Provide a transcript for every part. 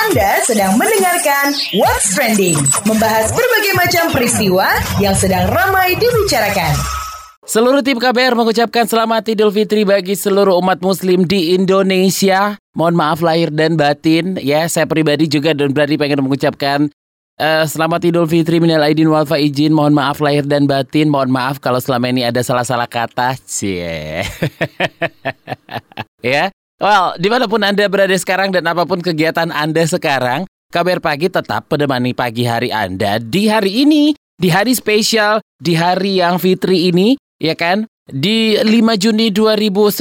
Anda sedang mendengarkan What's Trending, membahas berbagai macam peristiwa yang sedang ramai dibicarakan. Seluruh tim KBR mengucapkan selamat Idul Fitri bagi seluruh umat muslim di Indonesia. Mohon maaf lahir dan batin. Ya, saya pribadi juga dan berarti pengen mengucapkan selamat Idul Fitri minal aidin wal faizin. Mohon maaf lahir dan batin. Mohon maaf kalau selama ini ada salah-salah kata. Cie. Ya. Well, dimanapun Anda berada sekarang dan apapun kegiatan Anda sekarang, KBR Pagi tetap menemani pagi hari Anda di hari ini, di hari spesial, di hari yang fitri ini, ya kan? Di 5 Juni 2019.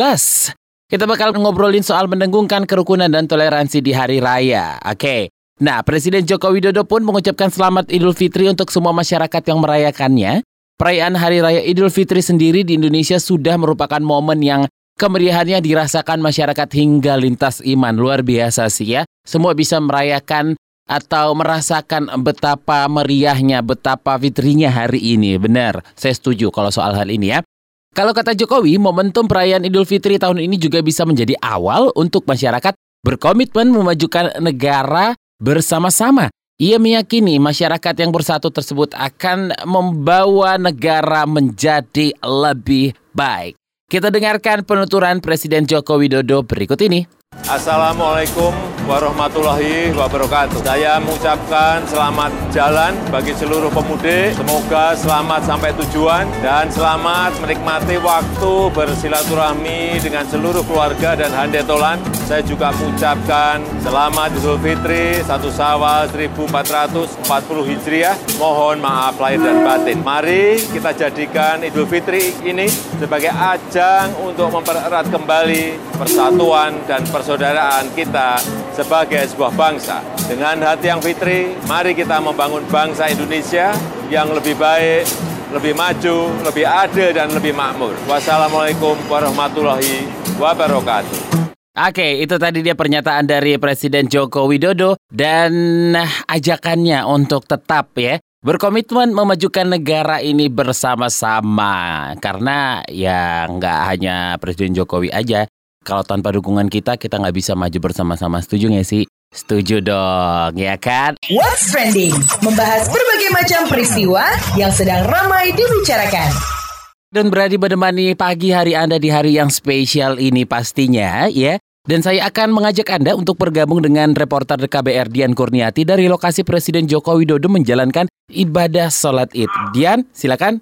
Kita bakal ngobrolin soal mendengungkan kerukunan dan toleransi di hari raya. Oke. Nah, Presiden Joko Widodo pun mengucapkan selamat Idul Fitri untuk semua masyarakat yang merayakannya. Perayaan Hari Raya Idul Fitri sendiri di Indonesia sudah merupakan momen yang kemeriahannya dirasakan masyarakat hingga lintas iman. Luar biasa sih ya. Semua bisa merayakan atau merasakan betapa meriahnya, betapa fitrinya hari ini. Benar, saya setuju kalau soal hal ini ya. Kalau kata Jokowi, momentum perayaan Idul Fitri tahun ini juga bisa menjadi awal untuk masyarakat berkomitmen memajukan negara bersama-sama. Ia meyakini masyarakat yang bersatu tersebut akan membawa negara menjadi lebih baik. Kita dengarkan penuturan Presiden Joko Widodo berikut ini. Assalamualaikum warahmatullahi wabarakatuh. Saya mengucapkan selamat jalan bagi seluruh pemudik. Semoga selamat sampai tujuan dan selamat menikmati waktu bersilaturahmi dengan seluruh keluarga dan handetolan. Saya juga mengucapkan selamat Idul Fitri 1 Syawal 1440 Hijriah. Mohon maaf lahir dan batin. Mari kita jadikan Idul Fitri ini sebagai ajang untuk mempererat kembali persatuan dan persaudaraan kita sebagai sebuah bangsa. Dengan hati yang fitri, mari kita membangun bangsa Indonesia yang lebih baik, lebih maju, lebih adil, dan lebih makmur. Wassalamualaikum warahmatullahi wabarakatuh. Oke, itu tadi dia pernyataan dari Presiden Joko Widodo dan ajakannya untuk tetap ya berkomitmen memajukan negara ini bersama-sama. Karena ya nggak hanya Presiden Jokowi aja. Kalau tanpa dukungan kita nggak bisa maju bersama-sama. Setuju nggak sih? Setuju dong, ya kan? What's Trending, membahas berbagai macam peristiwa yang sedang ramai dibicarakan. Dan berani menemani pagi hari Anda di hari yang spesial ini pastinya, ya. Dan saya akan mengajak Anda untuk bergabung dengan reporter KBR Dian Kurniati dari lokasi Presiden Joko Widodo menjalankan ibadah sholat Id. Dian, silakan.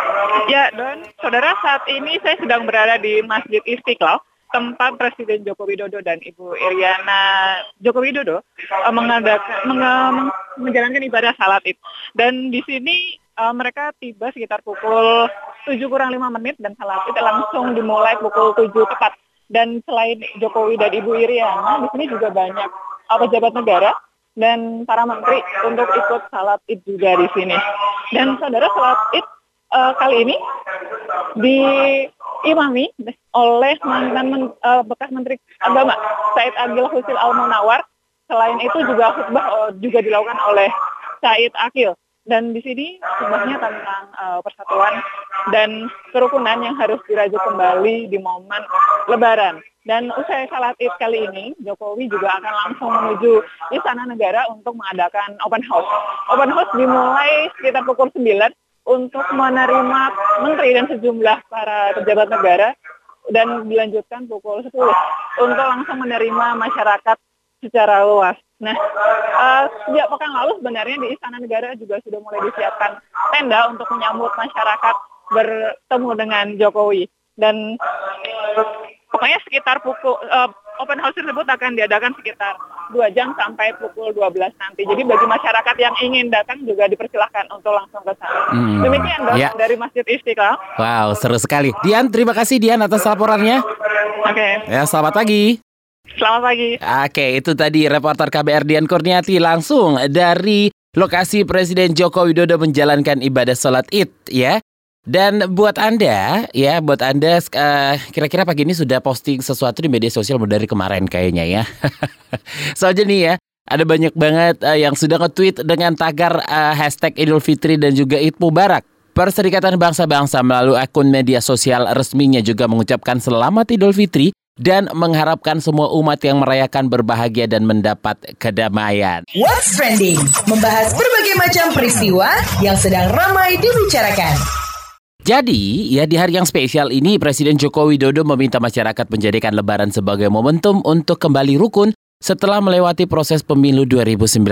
Ya, Don. Saudara, saat ini saya sedang berada di Masjid Istiqlal, tempat Presiden Joko Widodo dan Ibu Iriana Joko Widodo menjalankan ibadah salat Id. Dan di sini mereka tiba sekitar pukul 7:05 dan salat Id langsung dimulai pukul 7 tepat. Dan selain Jokowi dan Ibu Iriana, di sini juga banyak pejabat negara dan para menteri untuk ikut salat Id juga di sini. Dan saudara, salat Id kali ini diimami oleh mantan bekas Menteri Agama Said Agil Husil Al-Munawar. Selain itu juga khutbah juga dilakukan oleh Said Akil. Dan di sini khutbahnya tentang persatuan dan kerukunan yang harus dirajut kembali di momen Lebaran. Dan usai salat Id kali ini, Jokowi juga akan langsung menuju Istana Negara untuk mengadakan open house. Open house dimulai sekitar pukul 9 untuk menerima menteri dan sejumlah para pejabat negara dan dilanjutkan pukul 10 untuk langsung menerima masyarakat secara luas. Nah, sejak pekan lalu sebenarnya di Istana Negara juga sudah mulai disiapkan tenda untuk menyambut masyarakat bertemu dengan Jokowi. Dan pokoknya sekitar pukul open house tersebut akan diadakan sekitar 2 jam sampai pukul 12 nanti. Jadi bagi masyarakat yang ingin datang juga dipersilahkan untuk langsung ke sana. Demikian ya, dari Masjid Istiqlal. Wow, seru sekali. Dian, terima kasih Dian atas laporannya. Oke. Ya, selamat pagi. Selamat pagi. Oke, itu tadi reporter KBR Dian Kurniati langsung dari lokasi Presiden Joko Widodo menjalankan ibadah sholat Id ya. Dan buat Anda kira-kira pagi ini sudah posting sesuatu di media sosial dari kemarin kayaknya ya. Soalnya nih ya, ada banyak banget yang sudah nge-tweet dengan tagar hashtag Idul Fitri dan juga Id Mubarak. Perserikatan Bangsa-Bangsa melalui akun media sosial resminya juga mengucapkan selamat Idul Fitri dan mengharapkan semua umat yang merayakan berbahagia dan mendapat kedamaian. What's Trending, membahas berbagai macam peristiwa yang sedang ramai dibicarakan. Jadi, ya di hari yang spesial ini, Presiden Joko Widodo meminta masyarakat menjadikan Lebaran sebagai momentum untuk kembali rukun setelah melewati proses pemilu 2019.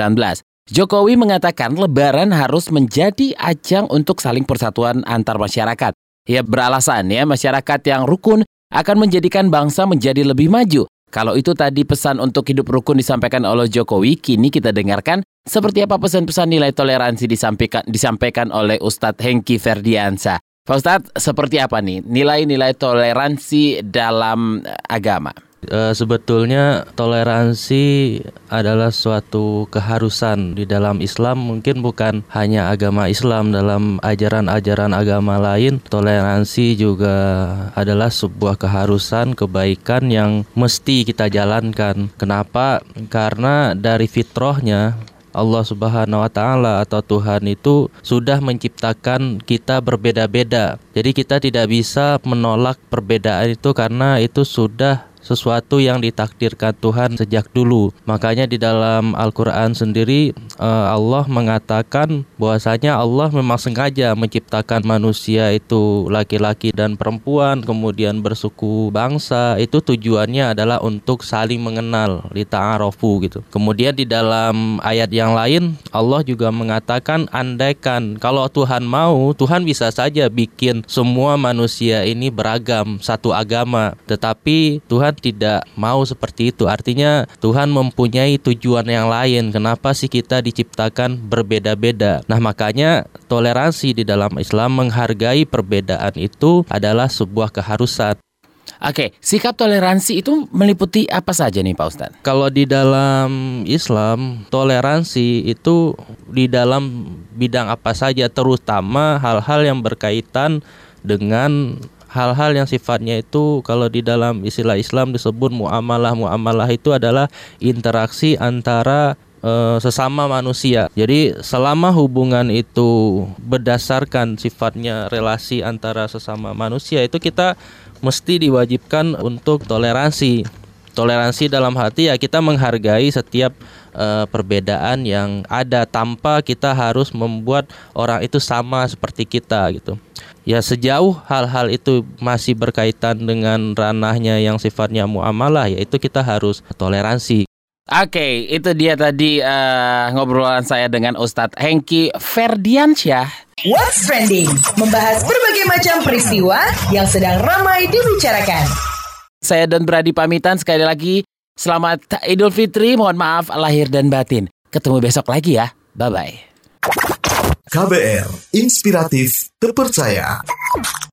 Jokowi mengatakan Lebaran harus menjadi ajang untuk saling persatuan antar masyarakat. Ia beralasan masyarakat yang rukun akan menjadikan bangsa menjadi lebih maju. Kalau itu tadi pesan untuk hidup rukun disampaikan oleh Jokowi, kini kita dengarkan seperti apa pesan-pesan nilai toleransi disampaikan oleh Ustadz Hengki Ferdiansyah. Pak Ustadz, seperti apa nih nilai-nilai toleransi dalam agama? Sebetulnya toleransi adalah suatu keharusan di dalam Islam, mungkin bukan hanya agama Islam, dalam ajaran-ajaran agama lain toleransi juga adalah sebuah keharusan, kebaikan yang mesti kita jalankan. Kenapa? Karena dari fitrahnya Allah Subhanahu wa Ta'ala atau Tuhan itu sudah menciptakan kita berbeda-beda. Jadi kita tidak bisa menolak perbedaan itu karena itu sudah sesuatu yang ditakdirkan Tuhan sejak dulu. Makanya di dalam Al-Quran sendiri Allah mengatakan bahwasanya Allah memang sengaja menciptakan manusia itu laki-laki dan perempuan, kemudian bersuku bangsa. Itu tujuannya adalah untuk saling mengenal, lita'arofu gitu. Kemudian di dalam ayat yang lain Allah juga mengatakan andaikan kalau Tuhan mau, Tuhan bisa saja bikin semua manusia ini beragam, satu agama. Tetapi Tuhan tidak mau seperti itu. Artinya Tuhan mempunyai tujuan yang lain. Kenapa sih kita diciptakan berbeda-beda? Nah, makanya toleransi di dalam Islam, menghargai perbedaan itu adalah sebuah keharusan. Oke, sikap toleransi itu meliputi apa saja nih Pak Ustadz? Kalau di dalam Islam, toleransi itu di dalam bidang apa saja, terutama hal-hal yang berkaitan dengan hal-hal yang sifatnya itu kalau di dalam istilah Islam disebut muamalah. Muamalah itu adalah interaksi antara sesama manusia. Jadi selama hubungan itu berdasarkan sifatnya relasi antara sesama manusia, itu kita mesti diwajibkan untuk toleransi. Toleransi dalam hati ya kita menghargai setiap perbedaan yang ada tanpa kita harus membuat orang itu sama seperti kita gitu. Ya sejauh hal-hal itu masih berkaitan dengan ranahnya yang sifatnya muamalah, yaitu kita harus toleransi. Oke, itu dia tadi ngobrolan saya dengan Ustadz Hengki Ferdiansyah. What's Trending, membahas berbagai macam peristiwa yang sedang ramai dibicarakan. Saya Don Brady pamitan sekali lagi. Selamat Idul Fitri, mohon maaf lahir dan batin. Ketemu besok lagi ya, bye-bye. KBR, inspiratif, terpercaya.